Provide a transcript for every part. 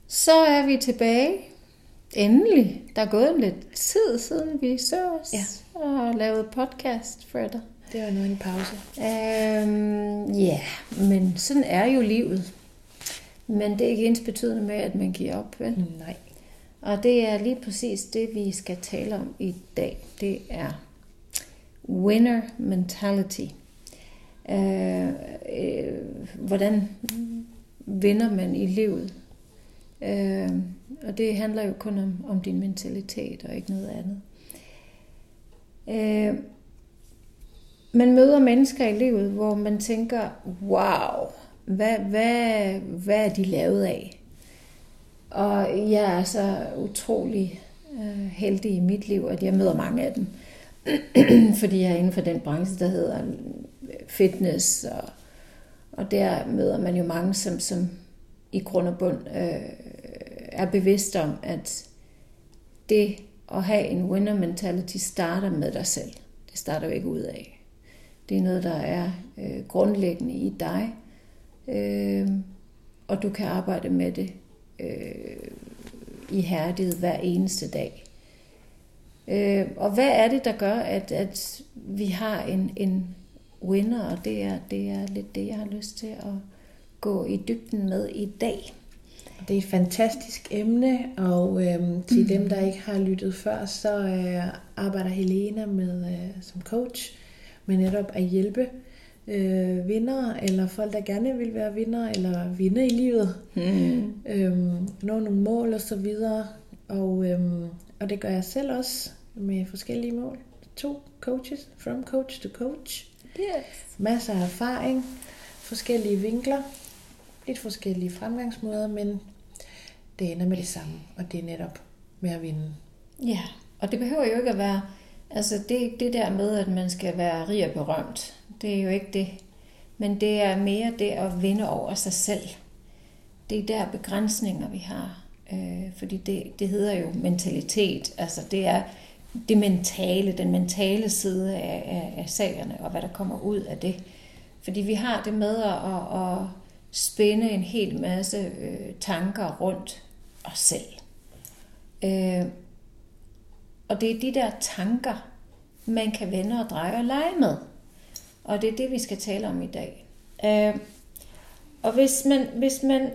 Så er vi tilbage. Endelig. Der er gået lidt tid siden vi så os og har lavet podcast for dig. Det var nu en pause. Ja, men sådan er jo livet. Men det er ikke ensbetydende med, at man giver op, vel? Nej. Og det er lige præcis det, vi skal tale om i dag. Det er winner mentality. Hvordan vinder man i livet? Og det handler jo kun om din mentalitet og ikke noget andet. Man møder mennesker i livet, hvor man tænker, wow, hvad er de lavet af? Og jeg er så utrolig heldig i mit liv, at jeg møder mange af dem. Fordi jeg er inden for den branche, der hedder fitness. Og der møder man jo mange, som i grund og bund er bevidst om, at det at have en winner mentality starter med dig selv. Det starter jo ikke ud af. Det er noget, der er grundlæggende i dig. Og du kan arbejde med det ihærdigt hver eneste dag. Og hvad er det, der gør, at vi har en winner, og det er lidt det, jeg har lyst til at gå i dybden med i dag. Det er et fantastisk emne, og til dem, der ikke har lyttet før, så arbejder Helena med som coach med netop at hjælpe vindere, eller folk, der gerne vil være vindere, eller vinde i livet, nå nogle mål og så videre. Og det gør jeg selv også med forskellige mål. 2 coaches, from coach to coach. Yes. Masser af erfaring, forskellige vinkler, lidt forskellige fremgangsmåder, men det ender med det samme, og det er netop med at vinde. Ja, og det behøver jo ikke at være, altså det der med, at man skal være rig og berømt, det er jo ikke det. Men det er mere det at vinde over sig selv. Det er der begrænsninger, vi har. Fordi det hedder jo mentalitet. Altså det er det mentale, den mentale side af sagerne, og hvad der kommer ud af det. Fordi vi har det med at spænde en hel masse tanker rundt os selv. Og det er de der tanker, man kan vende og dreje og lege med. Og det er det, vi skal tale om i dag. Og hvis man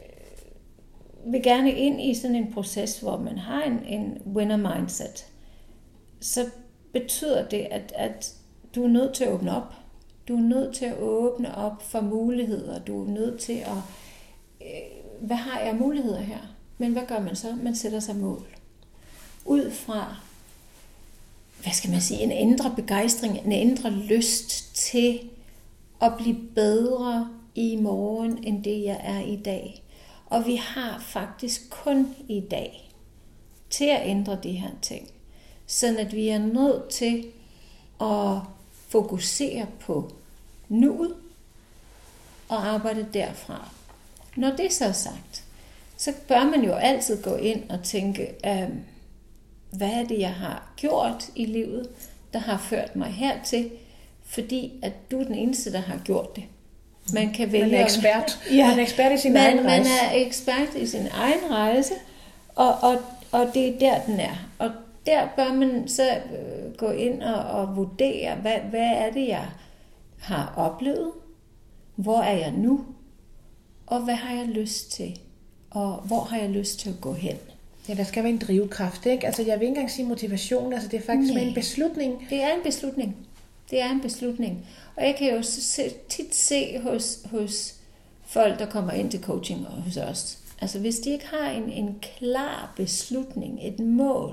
vil gerne ind i sådan en proces, hvor man har en winner mindset, så betyder det, at du er nødt til at åbne op. Du er nødt til at åbne op for muligheder. Du er nødt til at... hvad har jeg muligheder her? Men hvad gør man så? Man sætter sig mål. Ud fra, hvad skal man sige, en indre begejstring, en indre lyst til at blive bedre i morgen, end det jeg er i dag. Og vi har faktisk kun i dag til at ændre de her ting. Sådan at vi er nødt til at fokusere på nuet og arbejde derfra. Når det så er sagt, så bør man jo altid gå ind og tænke, hvad er det, jeg har gjort i livet, der har ført mig hertil, fordi at du er den eneste, der har gjort det. Man kan vælge... Man er ekspert. Ja, man er ekspert i sin egen rejse. Man er ekspert i sin egen rejse, og det er der, den er. Og der bør man så gå ind og vurdere, hvad er det, jeg har oplevet? Hvor er jeg nu? Og hvad har jeg lyst til? Og hvor har jeg lyst til at gå hen? Ja, der skal være en drivkraft, ikke? Altså, jeg vil ikke engang sige motivation, altså det er faktisk en beslutning. Det er en beslutning. Det er en beslutning. Og jeg kan jo tit se hos folk, der kommer ind til coaching og hos os. Altså, hvis de ikke har en klar beslutning, et mål,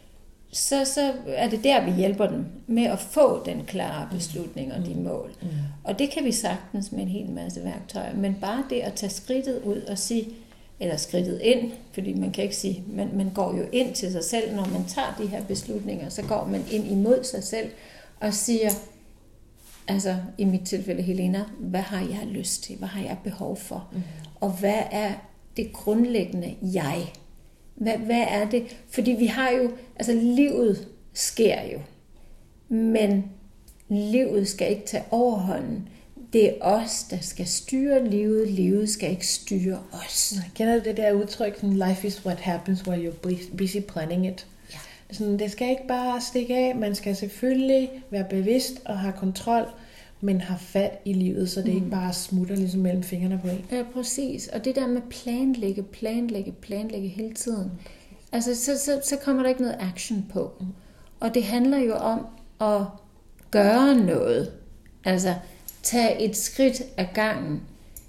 så er det der, vi hjælper dem med at få den klare beslutning og de mål. Og det kan vi sagtens med en hel masse værktøjer. Men bare det at tage skridtet ud og sige, eller skridtet ind, fordi man kan ikke sige, man går jo ind til sig selv, når man tager de her beslutninger, så går man ind imod sig selv og siger, altså i mit tilfælde Helena, hvad har jeg lyst til? Hvad har jeg behov for? Og hvad er det grundlæggende jeg? Hvad er det? Fordi vi har jo, altså livet sker jo, men livet skal ikke tage overhånden. Det er os, der skal styre livet. Livet skal ikke styre os. Kender du det der udtryk, sådan, life is what happens while you're busy planning it? Ja. Sådan, det skal ikke bare stikke af. Man skal selvfølgelig være bevidst og have kontrol, men have fat i livet, så det ikke bare smutter ligesom mellem fingrene på en. Ja, præcis. Og det der med planlægge hele tiden. Altså, så kommer der ikke noget action på. Og det handler jo om at gøre noget. Altså, tage et skridt ad gangen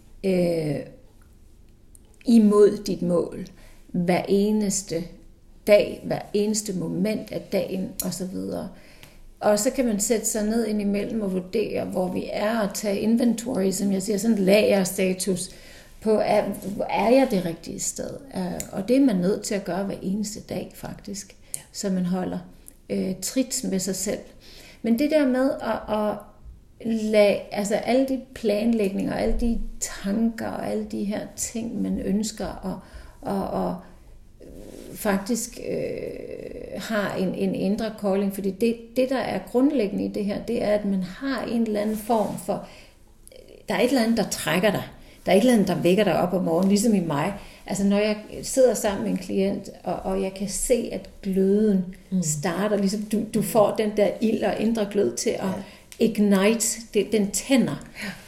imod dit mål. Hver eneste dag, hver eneste moment af dagen osv. Og så kan man sætte sig ned indimellem og vurdere, hvor vi er, og tage inventory, som jeg siger, sådan en lagerstatus på, er jeg det rigtige sted? Og det er man nødt til at gøre hver eneste dag faktisk, så man holder trit med sig selv. Men det der med at lade, altså alle de planlægninger, alle de tanker og alle de her ting, man ønsker og faktisk har en indre calling, fordi det, der er grundlæggende i det her, det er, at man har en eller anden form for, der er et eller andet, der trækker dig. Der er et eller andet, der vækker dig op om morgenen, ligesom i mig. Altså når jeg sidder sammen med en klient, og jeg kan se, at gløden starter, ligesom du får den der ild og indre glød til at ignite, den tænder.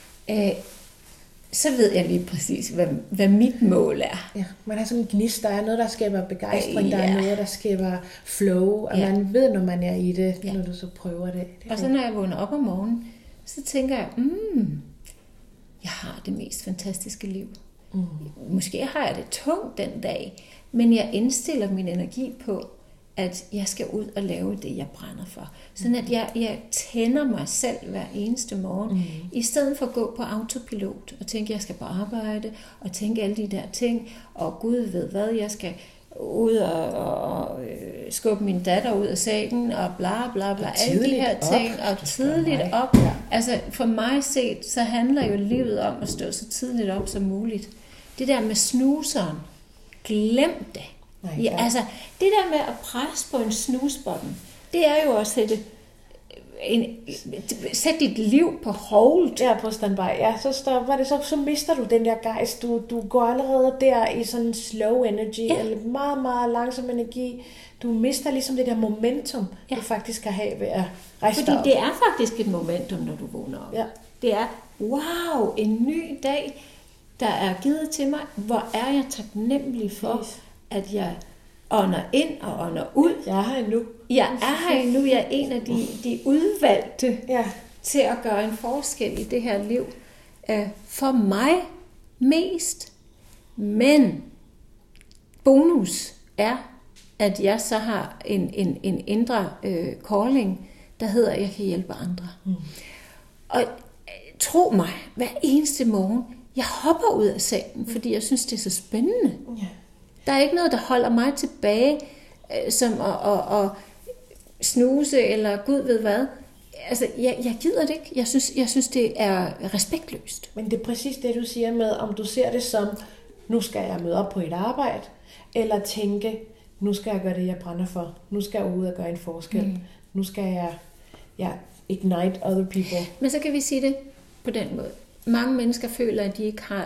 Så ved jeg lige præcis, hvad mit mål er. Ja, man har sådan en gnist, der er noget, der skaber begejstring, der er noget, der skaber flow, og man ved, når man er i det, når du så prøver det. Og så når jeg vågner op om morgenen, så tænker jeg, jeg har det mest fantastiske liv. Måske har jeg det tungt den dag, men jeg indstiller min energi på, at jeg skal ud og lave det, jeg brænder for. Sådan at jeg tænder mig selv hver eneste morgen, i stedet for at gå på autopilot og tænke, at jeg skal på arbejde, og tænke alle de der ting, og Gud ved hvad, jeg skal ud og skubbe min datter ud af sengen, og bla bla bla, alle de her ting, og tidligt op. Altså for mig set, så handler jo livet om at stå så tidligt op som muligt. Det der med snuseren, glem det. Ja, altså, det der med at presse på en snusbutton, det er jo at sætte dit liv på hold. Ja, på standby. Ja, så stopper det, så mister du den der gejst. Du går allerede der i sådan en slow energy, eller meget, meget langsom energi. Du mister ligesom det der momentum, du faktisk kan have ved at rejse dig op. Fordi det er faktisk et momentum, når du vågner op. Ja. Det er, wow, en ny dag, der er givet til mig. Hvor er jeg taknemmelig for, at jeg ånder ind og ånder ud. Jeg er her endnu. Jeg er her endnu. Jeg er en af de udvalgte til at gøre en forskel i det her liv. For mig mest. Men bonus er, at jeg så har en indre calling, der hedder, at jeg kan hjælpe andre. Og tro mig, hver eneste morgen, jeg hopper ud af sengen, fordi jeg synes, det er så spændende. Der er ikke noget, der holder mig tilbage, som at snuse, eller Gud ved hvad. Altså, jeg gider det ikke. Jeg synes, det er respektløst. Men det er præcis det, du siger med, om du ser det som, nu skal jeg møde op på et arbejde, eller tænke, nu skal jeg gøre det, jeg brænder for. Nu skal jeg ud og gøre en forskel. Nu skal jeg ignite other people. Men så kan vi sige det på den måde. Mange mennesker føler, at de ikke har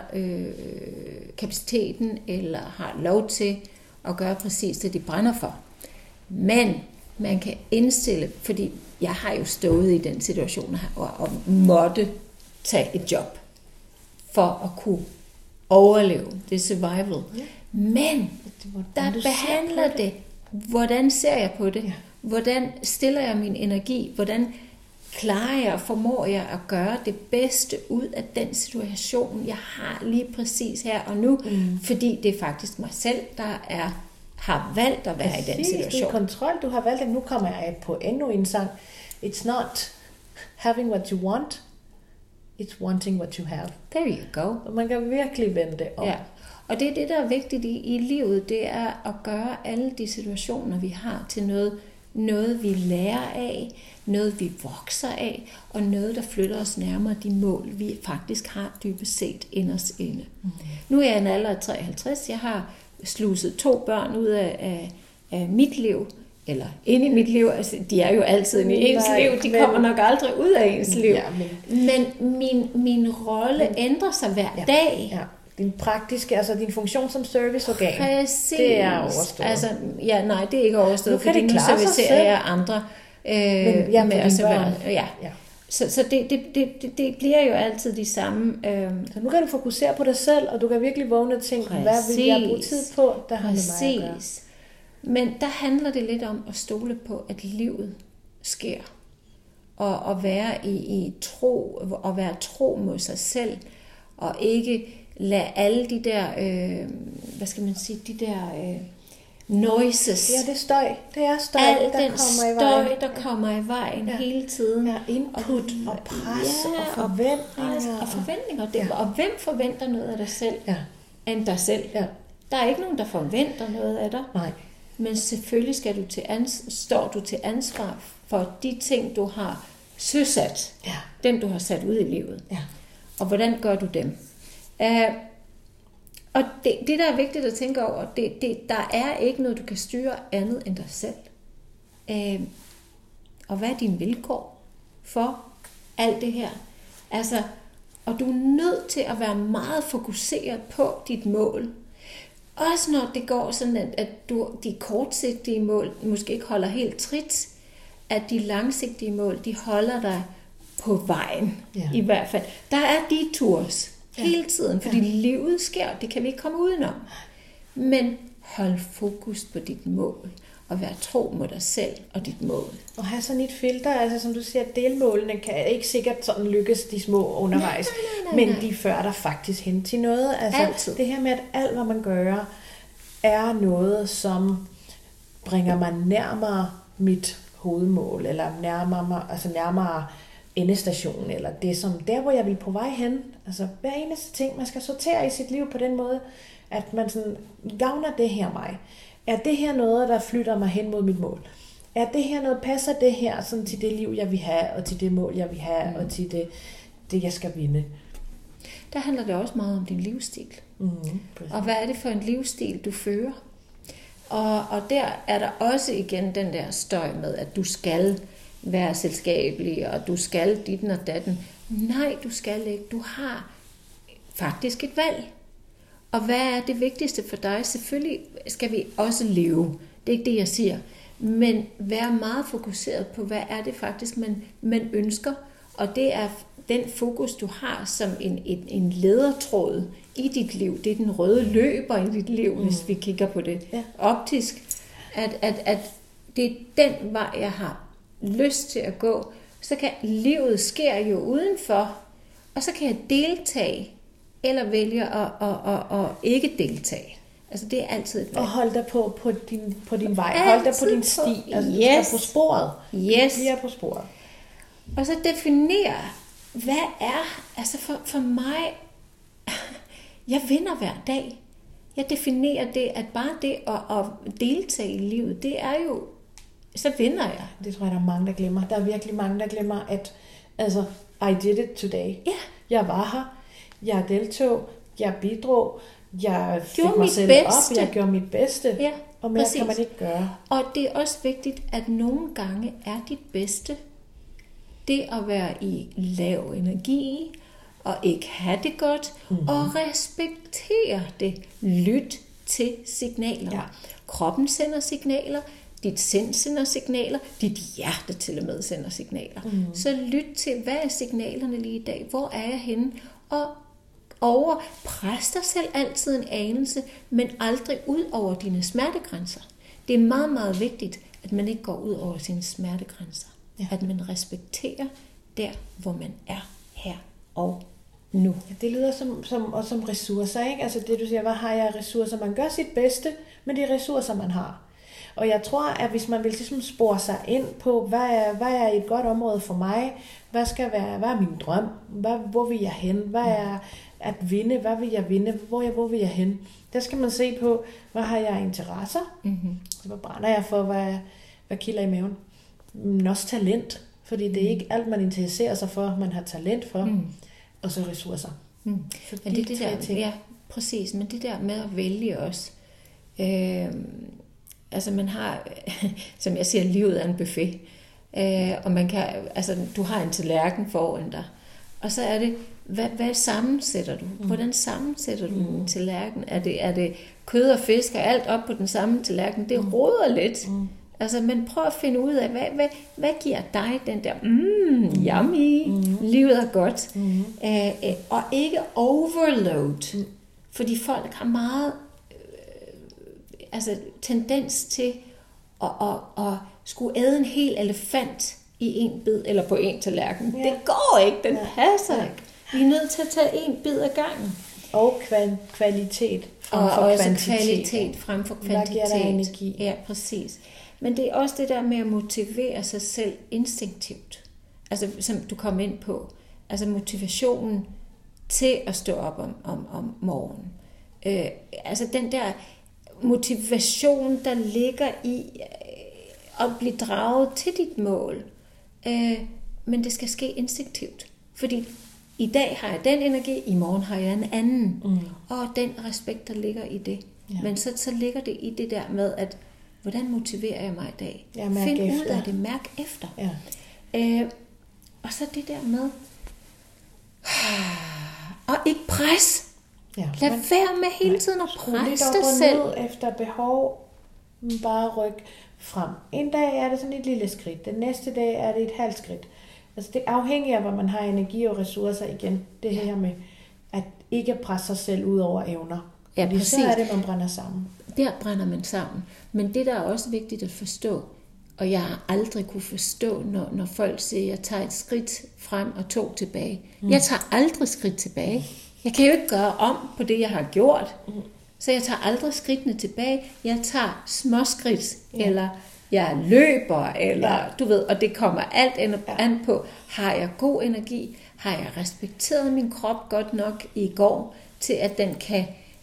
kapaciteten eller har lov til at gøre præcis det, de brænder for. Men man kan indstille, fordi jeg har jo stået i den situation og måtte tage et job for at kunne overleve. Det er survival. Men der behandler det. Hvordan ser jeg på det? Hvordan stiller jeg min energi? Hvordan klarer jeg og formår jeg at gøre det bedste ud af den situation, jeg har lige præcis her og nu, fordi det er faktisk mig selv, der har valgt at være i den situation. Det er kontrol, du har valgt, at nu kommer jeg på endnu en sang. It's not having what you want, it's wanting what you have. There you go. Og man kan virkelig vende det om. Ja. Og det er det, der er vigtigt i livet, det er at gøre alle de situationer, vi har, til noget vi lærer af, noget vi vokser af, og noget, der flytter os nærmere de mål, vi faktisk har dybest set inderst inde. Nu er jeg en alder af 53, jeg har sluset 2 børn ud af mit liv, eller ind i mit liv, altså de er jo altid inde i ens liv, de kommer nok aldrig ud af ens liv. Ja, men min rolle ændrer sig hver dag. Ja. Din praktiske, altså din funktion som serviceorgan, præcis. Det er overstået. Altså, nej, det er ikke overstået, fordi nu servicerer jeg andre med at servere. Ja. Så det bliver jo altid de samme. Så nu kan du fokusere på dig selv, og du kan virkelig vågne og tænke, hvad vil jeg bruge tid på, der har med mig at gøre. Men der handler det lidt om at stole på, at livet sker. Og være i tro, og være tro mod sig selv, og ikke lade alle de der, hvad skal man sige, de der noises. Ja, det er støj. Det er støj, al der kommer i vejen. Der kommer i vejen hele tiden. Ja, input og pres og forventninger. Og forventninger. Og hvem forventer noget af dig selv end dig selv? Ja. Der er ikke nogen, der forventer noget af dig. Nej. Men selvfølgelig står du til ansvar for de ting, du har søsat. Ja. Dem, du har sat ud i livet. Ja. Og hvordan gør du dem? Og det, der er vigtigt at tænke over, der er ikke noget, du kan styre andet end dig selv. Og hvad er dine vilkår for alt det her? Altså, og du er nødt til at være meget fokuseret på dit mål. Også når det går sådan, at de kortsigtige mål måske ikke holder helt trit, at de langsigtige mål, de holder dig på vejen. Ja. I hvert fald. Der er detours hele tiden, fordi livet sker, det kan vi ikke komme udenom. Men hold fokus på dit mål, og vær tro mod dig selv og dit mål. Og have sådan et filter, altså som du siger, delmålene kan ikke sikkert sådan lykkes de små undervejs, men de fører dig faktisk hen til noget. Altså altid. Det her med, at alt hvad man gør, er noget, som bringer mig nærmere mit hovedmål, eller nærmere endestationen, eller det som der, hvor jeg vil på vej hen. Altså hver eneste ting, man skal sortere i sit liv på den måde, at man sådan, gavner det her mig? Er det her noget, der flytter mig hen mod mit mål? Er det her noget, passer det her sådan til det liv, jeg vil have, og til det mål, jeg vil have, og til det, jeg skal vinde? Der handler det også meget om din livsstil. Og hvad er det for en livsstil, du fører? Og der er der også igen den der støj med, at du skal være selskabelig, og du skal ditten og datten. Nej, du skal ikke. Du har faktisk et valg. Og hvad er det vigtigste for dig? Selvfølgelig skal vi også leve. Det er ikke det, jeg siger. Men vær meget fokuseret på, hvad er det faktisk, man ønsker. Og det er den fokus, du har som en ledertråd i dit liv. Det er den røde løber i dit liv, hvis vi kigger på det optisk. At det er den vej, jeg har lyst til at gå. Så kan livet sker jo udenfor, og så kan jeg deltage, eller vælge at ikke deltage. Altså det er altid et valg. Og hold dig på din vej. Hold dig på din sti. Altså du skal på sporet. Yes. Du bliver på sporet. Og så definere, hvad er, altså for mig, jeg vinder hver dag. Jeg definerer det, at bare det at deltage i livet, det er jo, så vinder jeg. Det tror jeg, der er mange, der glemmer. Der er virkelig mange, der glemmer, at altså, I did it today. Ja. Jeg var her. Jeg deltog. Jeg bidrog. Jeg fik gjorde mig selv bedste. op. Jeg gjorde mit bedste. Ja, og mere præcis. kan man ikke gøre. Og det er også vigtigt, at nogle gange er dit bedste det at være i lav energi, og ikke have det godt, og respektere det. Lyt til signaler. Ja. Kroppen sender signaler, dit sind sender signaler, dit hjerte til og med sender signaler. Så lyt til, hvad er signalerne lige i dag? Hvor er jeg henne? Og pres dig selv altid en anelse, men aldrig ud over dine smertegrænser. Det er meget, meget vigtigt, at man ikke går ud over sine smertegrænser. Ja. At man respekterer der, hvor man er her og nu. Ja, det lyder som ressourcer, ikke? Altså det du siger, hvad har jeg ressourcer? Man gør sit bedste med de ressourcer, man har. Og jeg tror, at hvis man vil ligesom spore sig ind på, hvad er et godt område for mig? Hvad er min drøm? Hvor vil jeg hen? Hvad er at vinde? Hvad vil jeg vinde? Hvor vil jeg hen? Der skal man se på, hvad har jeg interesser? Så hvad brænder jeg for? Hvad kilder i maven? Men også talent. Fordi det er ikke alt, man interesserer sig for, man har talent for. Og så ressourcer. Men det der, ja, præcis. Men det der med at vælge også. altså man har, som jeg siger, livet er en buffet. Og man kan, altså du har en tallerken foran dig. Og så er det, hvad sammensætter du? Hvordan sammensætter du en tallerken? Er det kød og fisk og alt op på den samme tallerken? Det roder lidt. Altså, men prøv at finde ud af, hvad giver dig den der, yummy, livet er godt. Og ikke overload. Fordi folk har meget tendens til at skulle æde en hel elefant i en bid, eller på en tallerken. Ja. Det går ikke, den passer ikke. Vi er nødt til at tage en bid ad gangen. Og kvalitet frem for kvantitet. Kvalitet frem for kvantitet. Hvad giver der energi? Ja, præcis. Men det er også det der med at motivere sig selv instinktivt. Altså, som du kom ind på. Altså motivationen til at stå op om morgenen. Altså den der motivation, der ligger i at blive draget til dit mål. Men det skal ske instinktivt. Fordi i dag har jeg den energi, i morgen har jeg en anden. Og den respekt, der ligger i det. Ja. Men så ligger det i det der med, at hvordan motiverer jeg mig i dag? Ja, find efter. ud af det, mærk efter. Ja. Og så det der med, og ikke pres. Ja, lad være med hele tiden at presse dig selv. Ned efter behov, bare ryk frem. En dag er det sådan et lille skridt, den næste dag er det et halvt skridt. Altså det er afhængigt af, hvor man har energi og ressourcer igen. Det her med at ikke presse sig selv ud over evner. Ja, fordi så er det, man brænder sammen. Der brænder man sammen. Men det, der er også vigtigt at forstå, og jeg har aldrig kunne forstå, når folk siger, at jeg tager et skridt frem og 2 tilbage. Jeg tager aldrig skridt tilbage. Jeg kan jo ikke gøre om på det, jeg har gjort. Så jeg tager aldrig skridtene tilbage. Jeg tager småskridt, eller jeg løber, eller du ved, og det kommer alt an på, har jeg god energi? Har jeg respekteret min krop godt nok i går, til at den kan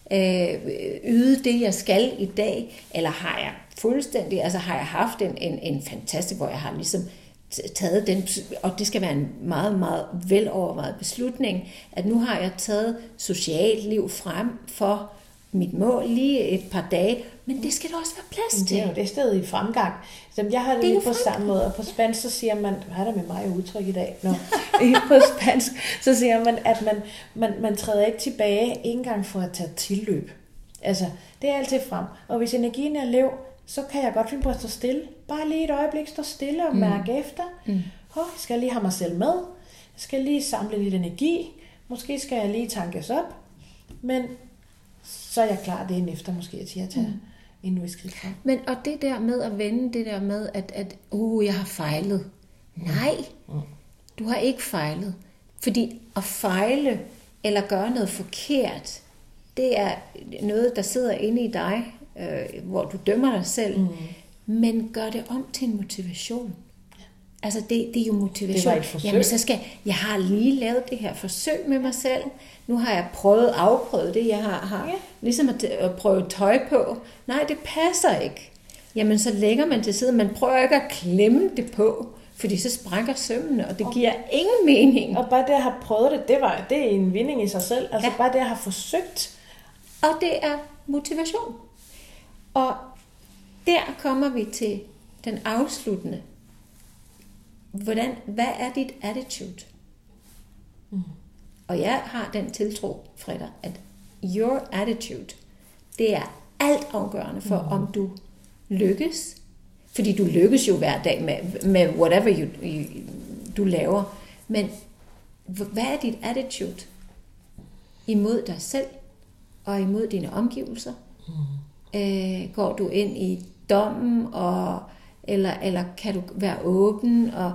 yde det, jeg skal i dag? Eller har jeg fuldstændig, altså har jeg haft en fantastisk, hvor jeg har ligesom taget den, og det skal være en meget, meget velovervejet beslutning, at nu har jeg taget socialt liv frem for mit mål lige et par dage, men det skal der også være plads til. Det er stadig i fremgang. Så jeg har det lidt på samme måde, og på spansk så siger man, hvad er der med mig udtryk i dag? På spansk så siger man, at man træder ikke tilbage, ikke engang for at tage tilløb. Altså, det er altid frem. Og hvis energien er lav, så kan jeg godt finde på at stå stille. Bare lige et øjeblik stå stille og mærke efter. Jeg skal lige have mig selv med. Jeg skal lige samle lidt energi. Måske skal jeg lige tankes op. Men så er jeg klar det efter måske at tage endnu et skridt frem. Men og det der med at vende, det der med at jeg har fejlet. Nej, du har ikke fejlet. Fordi at fejle eller gøre noget forkert, det er noget, der sidder inde i dig, hvor du dømmer dig selv. Men gør det om til en motivation. Altså det er jo motivation. Det var et forsøg. Jamen jeg har lige lavet det her forsøg med mig selv. Nu har jeg afprøvet det. Jeg har ligesom at prøve tøj på. Nej, det passer ikke. Jamen så lægger man til side. Man prøver ikke at klemme det på, fordi så sprækker sømmene, og det giver ingen mening. Og bare det at have prøvet det, det er en vinding i sig selv. Altså bare det at have forsøgt. Og det er motivation. Og der kommer vi til den afsluttende. Hvad er dit attitude? Og jeg har den tiltro, Freda, at your attitude, det er alt afgørende for, om du lykkes. Fordi du lykkes jo hver dag med whatever du laver. Men hvad er dit attitude imod dig selv og imod dine omgivelser? Går du ind i dommen, eller kan du være åben og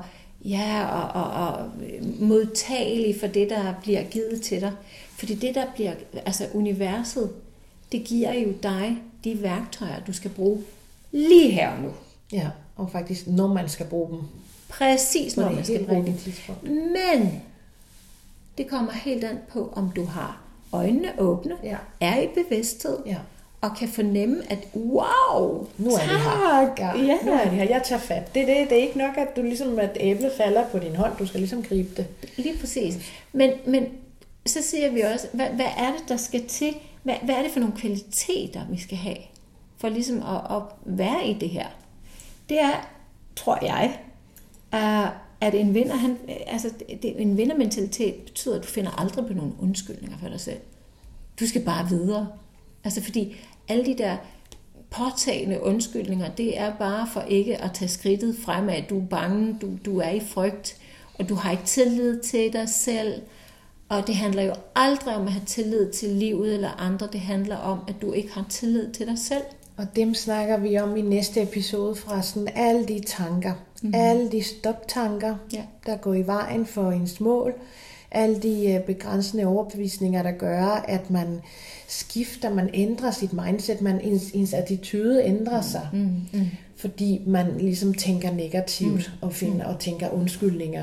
modtagelig for det, der bliver givet til dig? Fordi det, der bliver, altså universet, det giver jo dig de værktøjer, du skal bruge lige her og nu. Ja, og faktisk når man skal bruge dem. Præcis, når man skal bruge dem. Men det kommer helt an på, om du har øjnene åbne, er i bevidsthed, og kan fornemme, at wow, nu er det her. Nu er det her. Jeg tager fat. Det er ikke nok, at du ligesom, at æblet falder på din hånd. Du skal ligesom gribe det. Lige præcis. Men så siger vi også, hvad er det, der skal til? Hvad er det for nogle kvaliteter, vi skal have, for ligesom at være i det her, det er, tror jeg, at en vinder, en vindermentalitet betyder, at du finder aldrig på nogle undskyldninger for dig selv. Du skal bare videre. Altså fordi alle de der påtagende undskyldninger, det er bare for ikke at tage skridtet fremad. Du er bange, du er i frygt, og du har ikke tillid til dig selv. Og det handler jo aldrig om at have tillid til livet eller andre. Det handler om, at du ikke har tillid til dig selv. Og dem snakker vi om i næste episode fra sådan alle de tanker. Alle de stoptanker, der går i vejen for ens mål. Alle de begrænsende overbevisninger, der gør, at man skifter, man ændrer sit mindset, ens attitude ændrer sig. Fordi man ligesom tænker negativt og tænker undskyldninger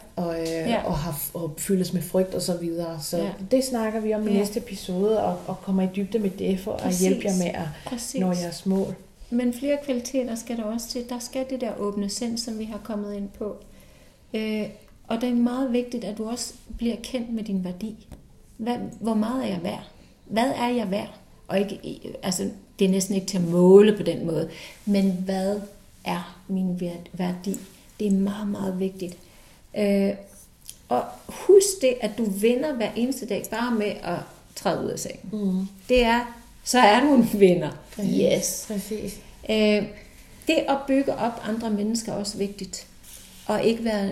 og fyldes med frygt og så videre. Så det snakker vi om i næste episode og kommer i dybde med det for at hjælpe jer med at nå jeres mål. Men flere kvaliteter skal der også til. Der skal det der åbne sind, som vi har kommet ind på. Og det er meget vigtigt, at du også bliver kendt med din værdi. Hvor meget er jeg værd? Hvad er jeg værd? Og ikke, altså, det er næsten ikke til at måle på den måde. Men hvad er min værdi? Det er meget, meget vigtigt. Og husk det, at du vinder hver eneste dag, bare med at træde ud af sengen. Så er du en vinder. Yes. Præcis. Det at bygge op andre mennesker er også vigtigt. Og ikke være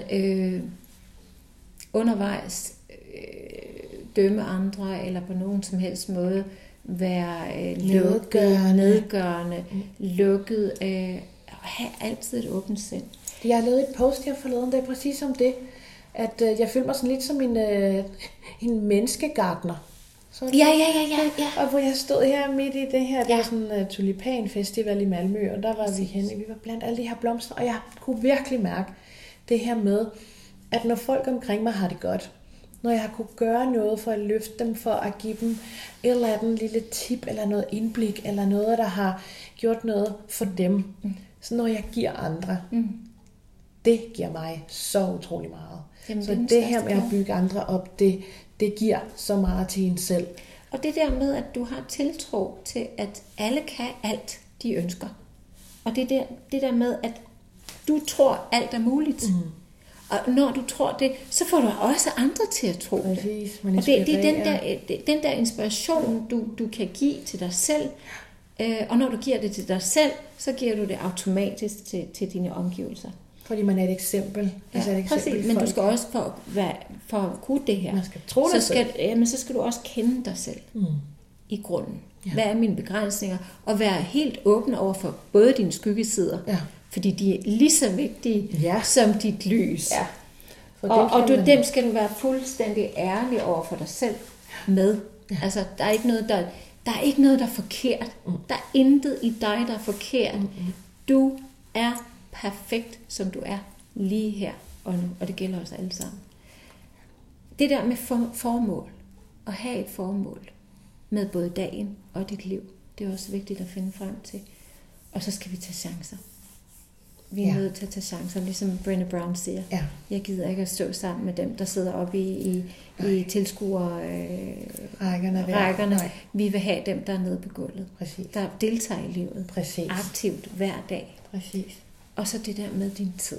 undervejs dømme andre, eller på nogen som helst måde være nedgørende, lukket, og have altid et åbent sind. Jeg har lavet et post her forleden dag præcis om det, at jeg føler mig sådan lidt som en menneskegartner. Ja. Og hvor jeg stod her midt i det her, det var sådan en tulipanfestival i Malmø, og der var vi henne, vi var blandt alle de her blomster, og jeg kunne virkelig mærke det her med, at når folk omkring mig har det godt, når jeg har kunne gøre noget for at løfte dem, for at give dem et eller andet lille tip, eller noget indblik, eller noget, der har gjort noget for dem, så når jeg giver andre, det giver mig så utrolig meget. Jamen, så det her med at bygge andre op, det giver så meget til en selv. Og det der med, at du har tiltro til, at alle kan alt, de ønsker. Og det der med, at du tror, alt er muligt. Og når du tror det, så får du også andre til at tro det. Og det er den der inspiration, du kan give til dig selv. Og når du giver det til dig selv, så giver du det automatisk til dine omgivelser. Fordi man er et eksempel. Præcis, men du skal også for at kunne det her, man skal tro dig selv. Så skal du også kende dig selv i grunden. Hvad er mine begrænsninger? Og være helt åben over for både dine skyggesider, fordi de er lige så vigtige som dit lys. Og dem skal du være fuldstændig ærlig over for dig selv med. Altså, der er ikke noget, der er forkert. Der er intet i dig, der er forkert. Du er perfekt, som du er lige her og nu, og det gælder os alle sammen. Det der med formål, at have et formål med både dagen og dit liv, det er også vigtigt at finde frem til. Og så skal vi tage chancer. Vi er nødt til at tage chancer, ligesom Brené Brown siger. Jeg gider ikke at stå sammen med dem, der sidder oppe i tilskuerrækkerne. Vi vil have dem, der er nede på gulvet. Præcis. Der deltager i livet. Præcis. Aktivt hver dag. Præcis. Og så det der med din tid.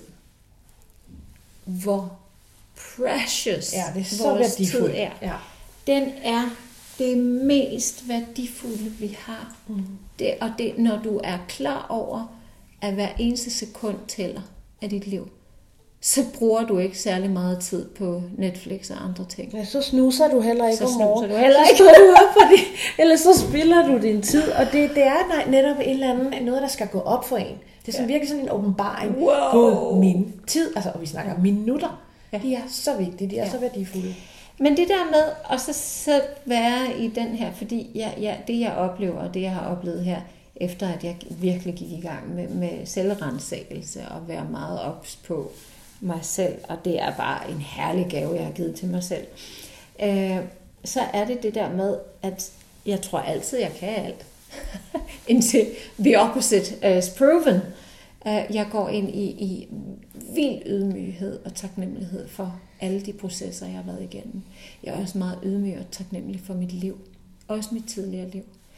Hvor precious det er så vores tid er. Den er det mest værdifulde, vi har. Og det, når du er klar over, at hver eneste sekund tæller af dit liv, så bruger du ikke særlig meget tid på Netflix og andre ting. Ja, så snuser du heller ikke om morgenen. Så eller så spilder du din tid, og det er netop et eller andet, noget, der skal gå op for en. Det er sådan virkelig sådan en åbenbaring på min tid. Altså, og vi snakker minutter. De er så vigtige, de er så værdifulde. Men det der med at så være i den her, fordi det jeg oplever, og det jeg har oplevet her, efter at jeg virkelig gik i gang med selvrensagelse og være meget ops på mig selv, og det er bare en herlig gave, jeg har givet til mig selv, så er det der med, at jeg tror altid, jeg kan alt. Indtil the opposite is proven. Jeg går ind i vild ydmyghed og taknemmelighed for alle de processer, jeg har været igennem. Jeg er også meget ydmyg og taknemmelig for mit liv. Også mit tidligere liv.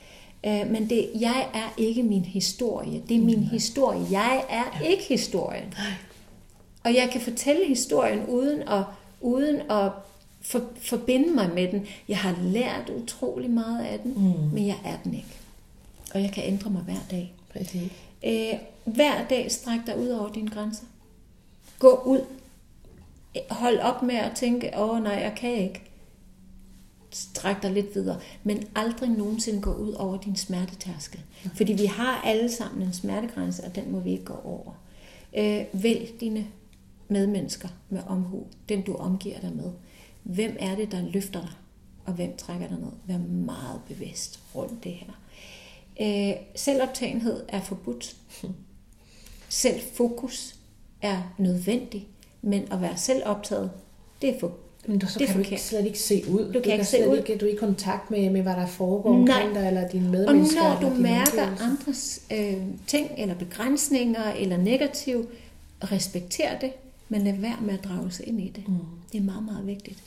Men jeg er ikke min historie. Det er min historie. Jeg er ikke historien. Og jeg kan fortælle historien uden at forbinde mig med den. Jeg har lært utrolig meget af den, men jeg er den ikke. Og jeg kan ændre mig hver dag. Præcis. Hver dag stræk dig ud over dine grænser. Gå ud. Hold op med at tænke, nej, jeg kan ikke. Stræk dig lidt videre. Men aldrig nogensinde gå ud over din smertetærskel. Fordi vi har alle sammen en smertegrænse, og den må vi ikke gå over. Vælg dine medmennesker med omhu. Dem du omgiver dig med. Hvem er det, der løfter dig? Og hvem trækker dig ned? Vær meget bevidst rundt det her. Selvoptagenhed er forbudt. Selvfokus er nødvendig. Men at være selvoptaget, det er forbudt. Men så kan du slet ikke se ud. Du er ikke i kontakt med, hvad der foregår omkring dig, eller dine medmennesker. Og når du mærker andres ting, eller begrænsninger, eller negativ, respekter det, men lad være med at drage sig ind i det. Det er meget, meget vigtigt.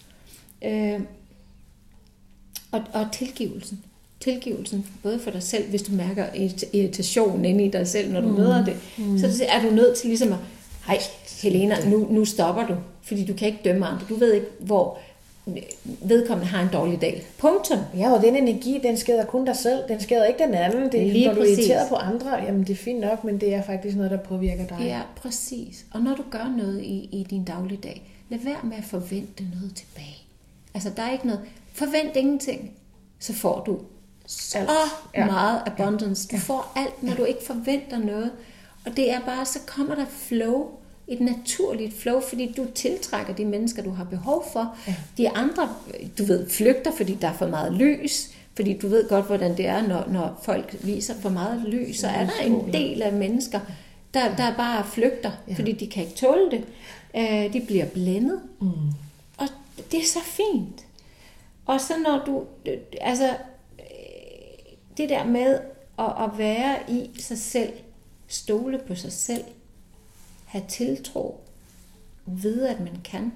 Og tilgivelsen. Tilgivelsen, både for dig selv, hvis du mærker irritation inde i dig selv, når du møder det, så er du nødt til ligesom at, hej Helena, nu stopper du, fordi du kan ikke dømme andre. Du ved ikke, hvor vedkommende har en dårlig dag. Punktum. Ja, og den energi, den skader kun dig selv. Den skader ikke den anden. Når du er irriteret på andre, jamen det er fint nok, men det er faktisk noget, der påvirker dig. Ja, præcis. Og når du gør noget i din dagligdag, lad være med at forvente noget tilbage. Altså, der er ikke noget. Forvent ingenting, så får du så meget abundance. Du får alt, når du ikke forventer noget. Og det er bare, så kommer der flow. Et naturligt flow, fordi du tiltrækker de mennesker, du har behov for. Ja. De andre, du ved, flygter, fordi der er for meget lys. Fordi du ved godt, hvordan det er, når folk viser for meget lys. Så er der en del af mennesker, der bare flygter, fordi de kan ikke tåle det. De bliver blændet. Og det er så fint. Og så når du, altså, det der med at være i sig selv, stole på sig selv, have tiltro, vide, at man kan.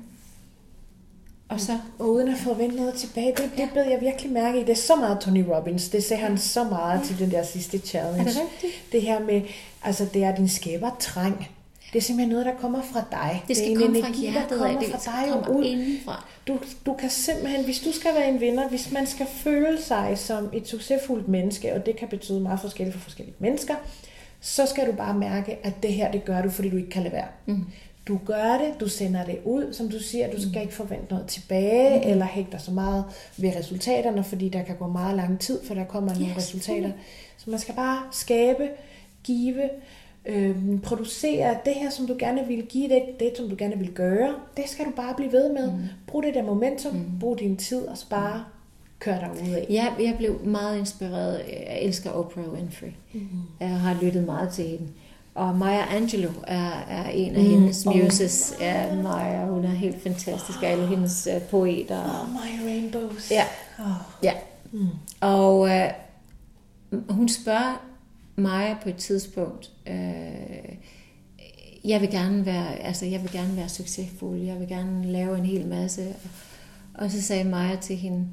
Og uden at forvente noget tilbage, det blev jeg virkelig mærke i. Det er så meget Tony Robbins. Det sagde han så meget til den der sidste challenge. Er det rigtigt? Det her med, altså det er din skabertrang. Det er simpelthen noget, der kommer fra dig. Det skal komme fra hjertet, der kommer fra dig og ud. Indenfra. Du kan simpelthen, hvis du skal være en vinder, hvis man skal føle sig som et succesfuldt menneske, og det kan betyde meget forskelligt for forskellige mennesker, så skal du bare mærke, at det her, det gør du, fordi du ikke kan lade være. Du gør det, du sender det ud, som du siger, du skal ikke forvente noget tilbage, eller hægte dig så meget ved resultaterne, fordi der kan gå meget lang tid, for der kommer nogle resultater. Så man skal bare skabe, give, producere det her, som du gerne vil give, det som du gerne vil gøre. Det skal du bare blive ved med. Brug det der momentum, brug din tid, og så bare kør derud af. Ja, jeg blev meget inspireret. Jeg elsker Oprah Winfrey. Jeg har lyttet meget til hende. Og Maya Angelou er en af hendes muses. Ja, Maya, hun er helt fantastisk. Alle hendes poeter. My Rainbows. Ja. Ja. Og hun spørger Maya på et tidspunkt, jeg vil gerne være succesfuld. Jeg vil gerne lave en hel masse. Og så sagde Maya til hende,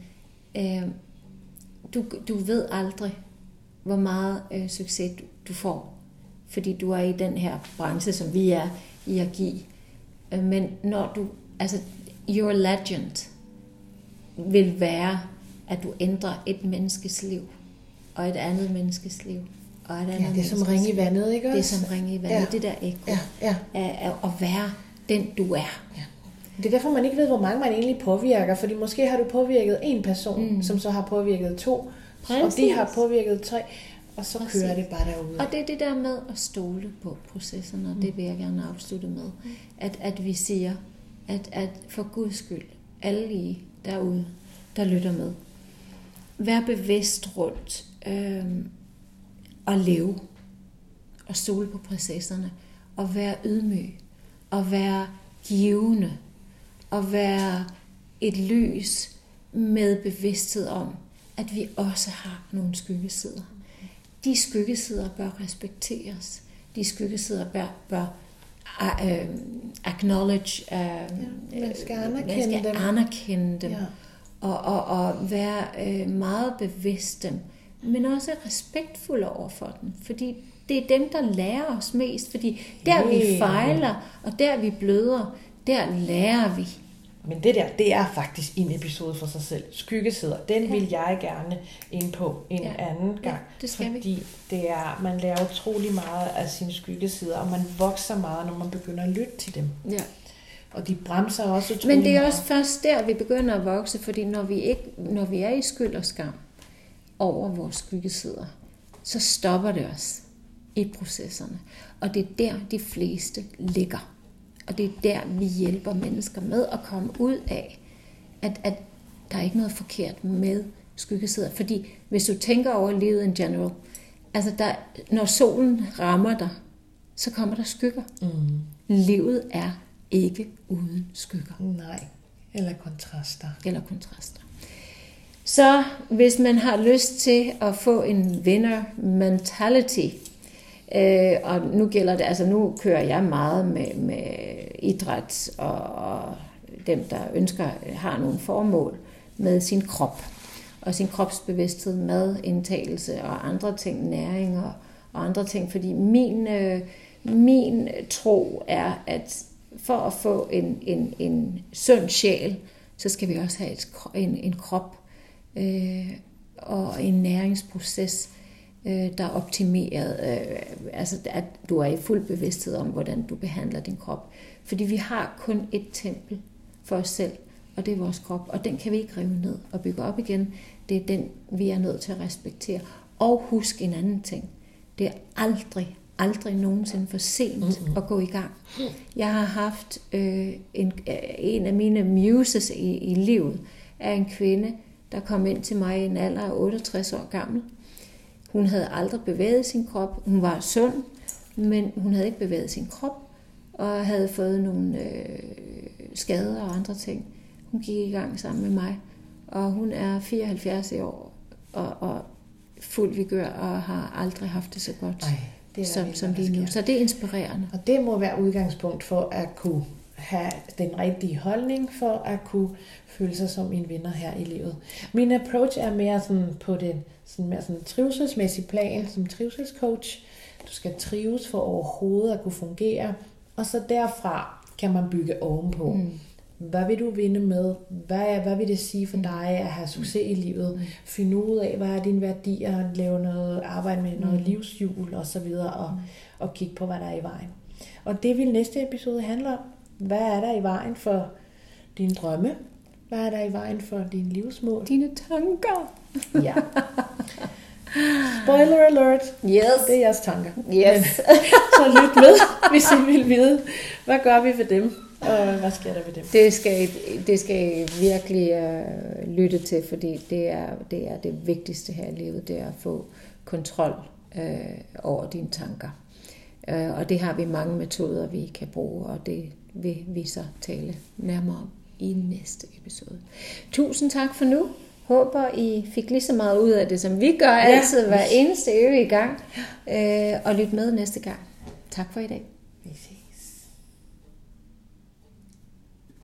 du ved aldrig, hvor meget succes du får, fordi du er i den her branche, som vi er i at give. Men når du, altså, your legend vil være, at du ændrer et menneskes liv, og et andet menneskes liv, og et andet det er som ringe i vandet, ikke også? Det er som ringe i vandet, det der ekko, at være den du er. Ja. Det er derfor, man ikke ved, hvor mange man egentlig påvirker, fordi måske har du påvirket en person, som så har påvirket 2, og de har påvirket 3, og så kører det bare derude. Og det er det der med at stole på processerne, og det vil jeg gerne afslutte med. At vi siger, at for Guds skyld, alle I derude, der lytter med, vær bevidst rundt og leve, og stole på processerne, og være ydmyg, og være givende, og være et lys med bevidsthed om, at vi også har nogle skyggesider. De skyggesider bør respekteres. De skyggesider bør acknowledge, man skal anerkende dem. Ja. Og være meget bevidst dem, men også respektfulde over for dem. Fordi det er dem, der lærer os mest. Fordi der vi fejler, og der vi bløder, der lærer vi. Men det er faktisk en episode for sig selv. Skyggesider, den vil jeg gerne ind på en anden gang. Ja, det skal fordi det er, man lærer utrolig meget af sine skyggesider, og man vokser meget, når man begynder at lytte til dem. Ja. Og de bremser også utrolig Men det er meget. også først der, vi begynder at vokse, fordi når vi er i skyld og skam over vores skyggesider, så stopper det os i processerne. Og det er der, de fleste ligger. Og det er der, vi hjælper mennesker med at komme ud af, at der er ikke noget forkert med skyggesider. Fordi hvis du tænker over livet in general, altså når solen rammer dig, så kommer der skygger. Livet er ikke uden skygger. Nej, eller kontraster. Så hvis man har lyst til at få en winner mentality, og nu gælder det, altså nu kører jeg meget med idræt og dem, der ønsker, har nogle formål med sin krop og sin kropsbevidsthed, madindtagelse og andre ting, næringer og andre ting, fordi min tro er, at for at få en sund sjæl, så skal vi også have en krop og en næringsproces, der er optimeret, altså at du er i fuld bevidsthed om, hvordan du behandler din krop. Fordi vi har kun et tempel for os selv, og det er vores krop, og den kan vi ikke rive ned og bygge op igen. Det er den, vi er nødt til at respektere. Og husk en anden ting. Det er aldrig nogensinde for sent at gå i gang. Jeg har haft en af mine muses i livet, er en kvinde, der kom ind til mig i en alder af 68 år gammel. Hun havde aldrig bevæget sin krop. Hun var sund, men hun havde ikke bevæget sin krop, og havde fået nogle skader og andre ting. Hun gik i gang sammen med mig, og hun er 74 år, og fuld vigør, og har aldrig haft det så godt som lige nu. Så det er inspirerende. Og det må være udgangspunkt for at kunne have den rigtige holdning, for at kunne føle sig som en vinder her i livet. Min approach er mere sådan på den mere sådan trivselsmæssig plan, som trivselscoach. Du skal trives for overhovedet at kunne fungere, og så derfra kan man bygge ovenpå. Hvad vil du vinde med? Hvad vil det sige for dig at have succes i livet? Finde ud af, hvad er dine værdier, lave noget, arbejde med noget livshjul og så videre, og kigge på, hvad der er i vejen. Og det vil næste episode handle om. Hvad er der i vejen for dine drømme? Hvad er der i vejen for dine livsmål? Dine tanker. Ja. Spoiler alert. Yes. Det er jeres tanker. Yes. Så lyt med, hvis I vil vide, hvad gør vi for dem, og hvad sker der ved dem? Det skal I virkelig lytte til, fordi det er det vigtigste her i livet, det er at få kontrol over dine tanker. Og det har vi mange metoder, vi kan bruge, og det vil vi så tale nærmere om i næste episode. Tusind tak for nu. Håber, I fik lige så meget ud af det, som vi gør altid hver eneste øve i gang. Og lyt med næste gang. Tak for i dag. Vi ses.